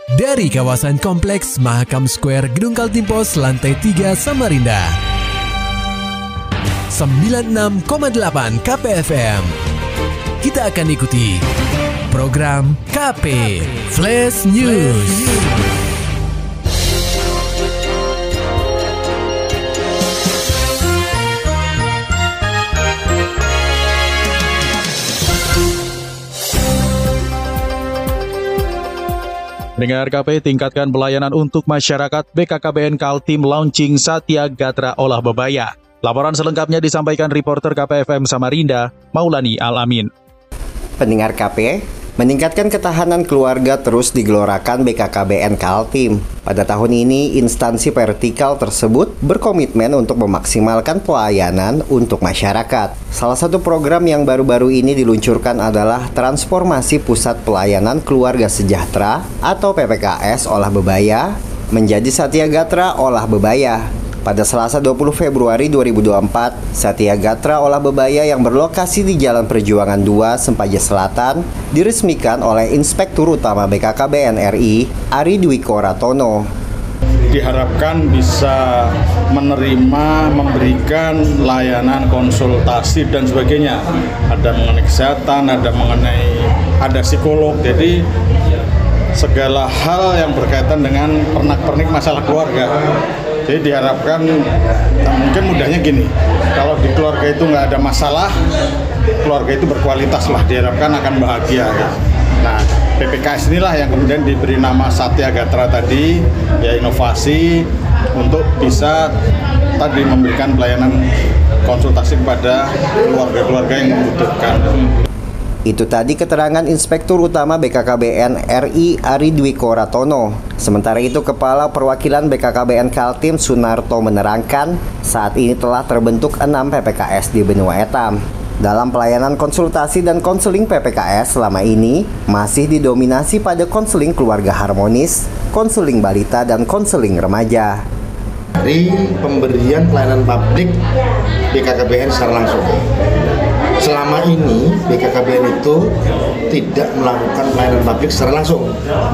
Dari kawasan Kompleks Mahakam Square Gedung Kaltimpos Lantai 3 Samarinda. 96,8 KPFM. Kita akan ikuti program KP Flash News. Pendengar KP, tingkatkan pelayanan untuk masyarakat. BKKBN Kaltim launching Satya Gatra Olah Bebaya. Laporan selengkapnya disampaikan reporter KPFM Samarinda, Maulani Al-Amin. Pendengar KP, meningkatkan ketahanan keluarga terus digelorakan BKKBN Kaltim. Pada tahun ini, instansi vertikal tersebut berkomitmen untuk memaksimalkan pelayanan untuk masyarakat. Salah satu program yang baru-baru ini diluncurkan adalah Transformasi Pusat Pelayanan Keluarga Sejahtera atau PPKS Olah Bebaya menjadi Satya Gatra Olah Bebaya. Pada Selasa 20 Februari 2024, Satya Gatra Olah Bebaya yang berlokasi di Jalan Perjuangan 2, Sempaja Selatan, diresmikan oleh Inspektur Utama BKKBN RI, Ari Dwiko Ratono. Diharapkan bisa menerima, memberikan layanan konsultasi dan sebagainya. Ada mengenai kesehatan, ada psikolog, jadi segala hal yang berkaitan dengan pernak-pernik masalah keluarga. Jadi diharapkan, mungkin mudahnya gini, kalau di keluarga itu nggak ada masalah, keluarga itu berkualitas lah, diharapkan akan bahagia. Nah, PPKS inilah yang kemudian diberi nama Satya Gatra tadi, ya inovasi untuk bisa tadi memberikan pelayanan konsultasi kepada keluarga-keluarga yang membutuhkan. Itu tadi keterangan Inspektur Utama BKKBN RI Ari Dwiko Ratono. Sementara itu, Kepala Perwakilan BKKBN Kaltim Sunarto menerangkan saat ini telah terbentuk 6 PPKS di benua Etam. Dalam pelayanan konsultasi dan konseling PPKS selama ini masih didominasi pada konseling keluarga harmonis, konseling balita, dan konseling remaja. Dari pemberian pelayanan publik BKKBN secara langsung. Selama ini BKKBN itu tidak melakukan pelayanan publik secara langsung,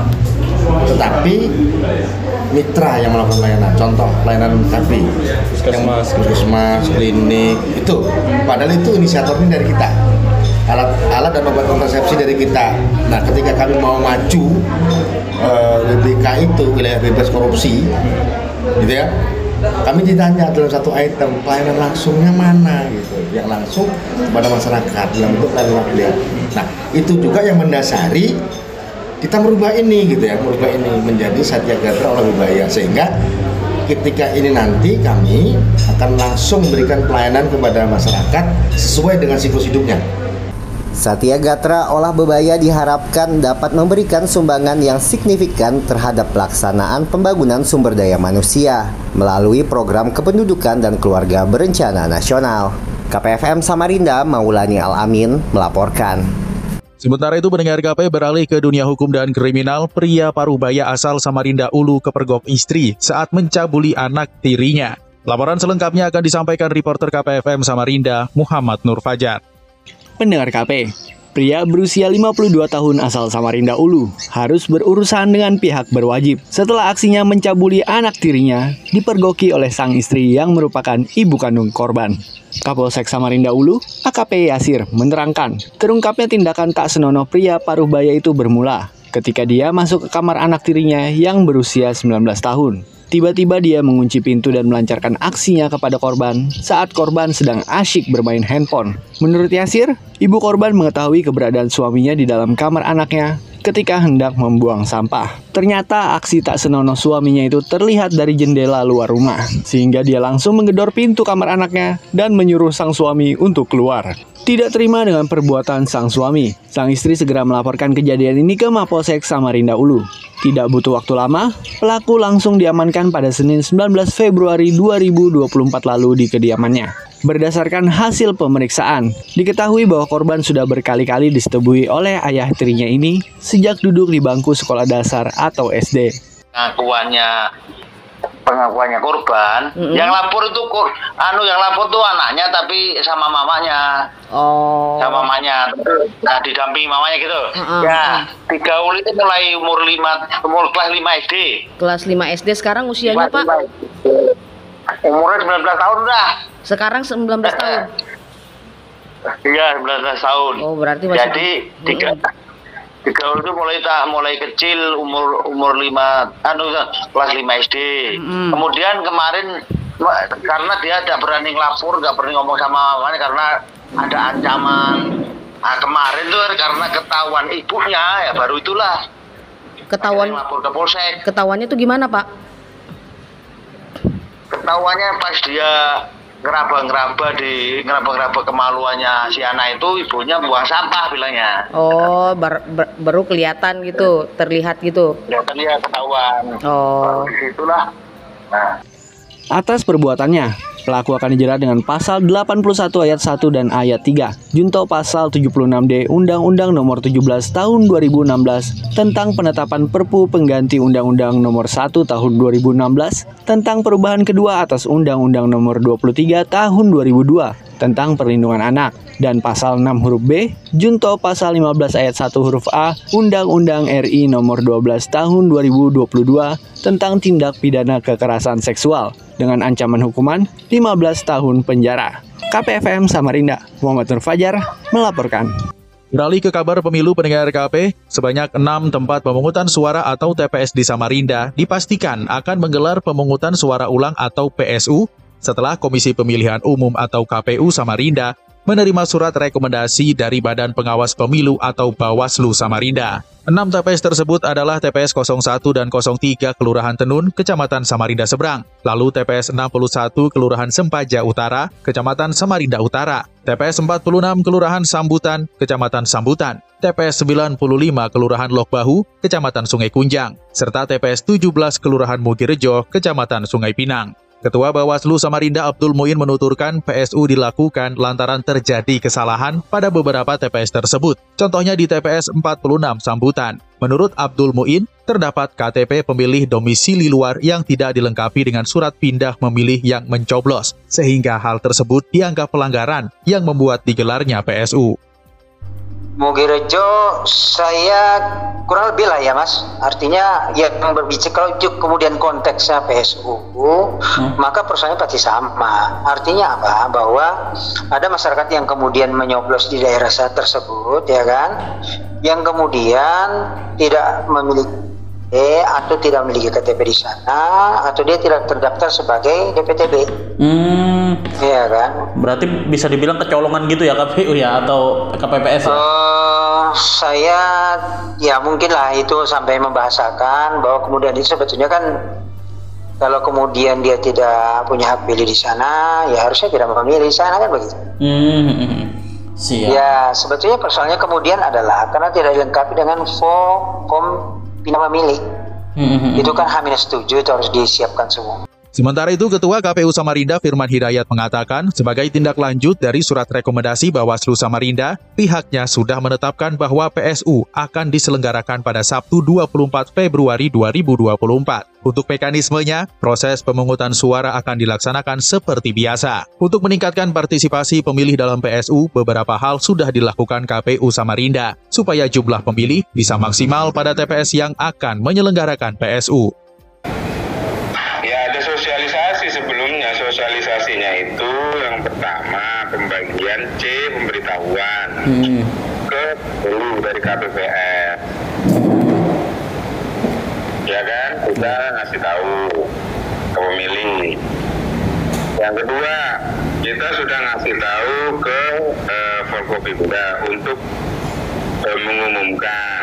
tetapi mitra yang melakukan pelayanan. Contoh pelayanan KB, puskesmas, klinik itu. Padahal itu inisiatornya dari kita. Alat dan obat kontrasepsi dari kita. Nah, ketika kami mau maju WBK itu wilayah bebas korupsi, gitu ya. Kami ditanya dalam satu item pelayanan langsungnya mana gitu, yang langsung kepada masyarakat dalam bentuk pelayanan publik. Nah, itu juga yang mendasari kita merubah ini gitu ya, merubah ini menjadi Satya Gatra Olah Bebaya, sehingga ketika ini nanti kami akan langsung memberikan pelayanan kepada masyarakat sesuai dengan siklus hidupnya. Satya Gatra Olah Bebaya diharapkan dapat memberikan sumbangan yang signifikan terhadap pelaksanaan pembangunan sumber daya manusia melalui program kependudukan dan keluarga berencana nasional. KPFM Samarinda, Maulani Al-Amin melaporkan. Sementara itu, pendengar KP beralih ke dunia hukum dan kriminal. Pria Parubaya asal Samarinda Ulu kepergok istri saat mencabuli anak tirinya. Laporan selengkapnya akan disampaikan reporter KPFM Samarinda, Muhammad Nur Fajar. Pendengar KP, pria berusia 52 tahun asal Samarinda Ulu harus berurusan dengan pihak berwajib setelah aksinya mencabuli anak tirinya dipergoki oleh sang istri yang merupakan ibu kandung korban. Kapolsek Samarinda Ulu, AKP Yasir, menerangkan terungkapnya tindakan tak senonoh pria Parubaya itu bermula ketika dia masuk ke kamar anak tirinya yang berusia 19 tahun. Tiba-tiba dia mengunci pintu dan melancarkan aksinya kepada korban saat korban sedang asyik bermain handphone. Menurut Yasir, ibu korban mengetahui keberadaan suaminya di dalam kamar anaknya ketika hendak membuang sampah. Ternyata aksi tak senonoh suaminya itu terlihat dari jendela luar rumah, sehingga dia langsung menggedor pintu kamar anaknya dan menyuruh sang suami untuk keluar. Tidak terima dengan perbuatan sang suami, sang istri segera melaporkan kejadian ini ke Mapolsek Samarinda Ulu. Tidak butuh waktu lama, pelaku langsung diamankan pada Senin 19 Februari 2024 lalu di kediamannya. Berdasarkan hasil pemeriksaan, diketahui bahwa korban sudah berkali-kali disetubui oleh ayah tirinya ini sejak duduk di bangku sekolah dasar atau SD. Pengakuannya pengakuannya korban. Yang lapor itu yang lapor tuh anaknya tapi sama mamanya. Oh. Sama mamanya. Nah, didampingi mamanya gitu. Ya, digaul itu mulai umur kelas 5 SD. Kelas 5 SD sekarang usianya, Pak? Umurnya 19 tahun dah. Sekarang 19 tahun. Iya, 19 tahun. Oh, berarti masih. Jadi digaul itu mulai kecil umur 5 kelas 5 SD. Kemudian kemarin karena dia tidak berani ngelapor, nggak berani ngomong sama mamanya karena ada ancaman. Nah, kemarin tuh karena ketahuan ibunya ya baru itulah Ketahuan lapor ke polsek. Ketahuannya tuh gimana, Pak? Ketahuannya pas dia ngeraba-ngeraba kemaluannya si anak itu, ibunya buang sampah bilangnya. Oh, baru kelihatan gitu, terlihat gitu. Kelihatan ya, ketahuan. Oh. Itulah. Nah. Atas perbuatannya, pelaku akan dijerat dengan pasal 81 ayat 1 dan ayat 3, junto pasal 76D Undang-Undang Nomor 17 Tahun 2016 tentang penetapan Perpu pengganti Undang-Undang Nomor 1 Tahun 2016 tentang perubahan kedua atas Undang-Undang Nomor 23 Tahun 2002 tentang perlindungan anak, dan pasal 6 huruf B junto pasal 15 ayat 1 huruf A Undang-Undang RI Nomor 12 Tahun 2022 tentang tindak pidana kekerasan seksual dengan ancaman hukuman 15 tahun penjara. KPFM Samarinda, Muhammad Nur Fajar melaporkan. Beralih ke kabar pemilu pendengar KP, sebanyak 6 tempat pemungutan suara atau TPS di Samarinda dipastikan akan menggelar pemungutan suara ulang atau PSU setelah Komisi Pemilihan Umum atau KPU Samarinda menerima surat rekomendasi dari Badan Pengawas Pemilu atau Bawaslu Samarinda. 6 TPS tersebut adalah TPS 01 dan 03 Kelurahan Tenun, Kecamatan Samarinda Seberang, lalu TPS 61 Kelurahan Sempaja Utara, Kecamatan Samarinda Utara, TPS 46 Kelurahan Sambutan, Kecamatan Sambutan, TPS 95 Kelurahan Lokbahu, Kecamatan Sungai Kunjang, serta TPS 17 Kelurahan Mugirejo, Kecamatan Sungai Pinang. Ketua Bawaslu Samarinda Abdul Muin menuturkan PSU dilakukan lantaran terjadi kesalahan pada beberapa TPS tersebut. Contohnya di TPS 46 Sambutan. Menurut Abdul Muin, terdapat KTP pemilih domisili luar yang tidak dilengkapi dengan surat pindah memilih yang mencoblos, sehingga hal tersebut dianggap pelanggaran yang membuat digelarnya PSU. Mugirejo saya kurang lebih lah ya Mas, artinya yang berbicara kalau kemudian konteksnya PSU maka persoalannya pasti sama. Artinya apa? Bahwa ada masyarakat yang kemudian menyoblos di daerah tersebut ya kan, yang kemudian tidak memiliki atau tidak memiliki KTP di sana, atau dia tidak terdaftar sebagai DPTB. Iya kan? Berarti bisa dibilang kecolongan gitu ya KPU ya, atau KPPS ya? Saya ya mungkin lah itu sampai membahasakan bahwa kemudian itu sebetulnya kan kalau kemudian dia tidak punya hak pilih di sana, ya harusnya tidak memilih di sana kan begitu. Siap. Ya sebetulnya persoalannya kemudian adalah karena tidak dilengkapi dengan form pindah memilih. Itu kan H-7 itu harus disiapkan semua. Sementara itu, Ketua KPU Samarinda Firman Hidayat mengatakan, sebagai tindak lanjut dari surat rekomendasi Bawaslu Samarinda, pihaknya sudah menetapkan bahwa PSU akan diselenggarakan pada Sabtu 24 Februari 2024. Untuk mekanismenya, proses pemungutan suara akan dilaksanakan seperti biasa. Untuk meningkatkan partisipasi pemilih dalam PSU, beberapa hal sudah dilakukan KPU Samarinda, supaya jumlah pemilih bisa maksimal pada TPS yang akan menyelenggarakan PSU. Sebelumnya sosialisasinya itu yang pertama pembagian pemberitahuan ke dulu dari KPPS, ya kan, kita ngasih tahu ke pemilih. Yang kedua, kita sudah ngasih tahu ke Forkopimda untuk mengumumkan.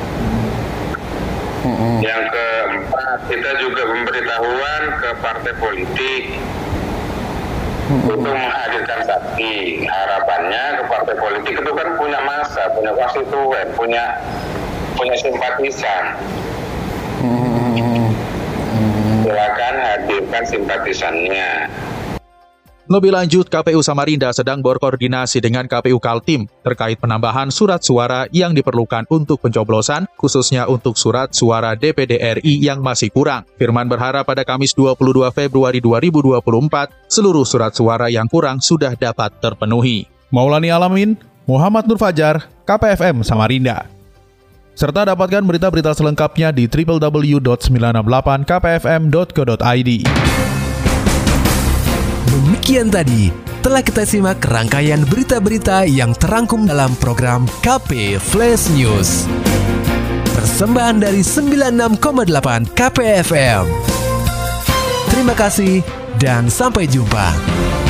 Yang keempat, kita juga pemberitahuan ke partai politik untuk menghadirkan saksi. Harapannya ke partai politik itu kan punya massa, punya konstituen, punya simpatisan. Silakan hadirkan simpatisannya. Lebih lanjut, KPU Samarinda sedang berkoordinasi dengan KPU Kaltim terkait penambahan surat suara yang diperlukan untuk pencoblosan, khususnya untuk surat suara DPD RI yang masih kurang. Firman berharap pada Kamis 22 Februari 2024, seluruh surat suara yang kurang sudah dapat terpenuhi. Maulani Alamin, Muhammad Nur Fajar, KPFM Samarinda. Serta dapatkan berita-berita selengkapnya di www.968kpfm.co.id. Demikian tadi telah kita simak rangkaian berita-berita yang terangkum dalam program KP Flash News. Persembahan dari 96,8 KPFM. Terima kasih dan sampai jumpa.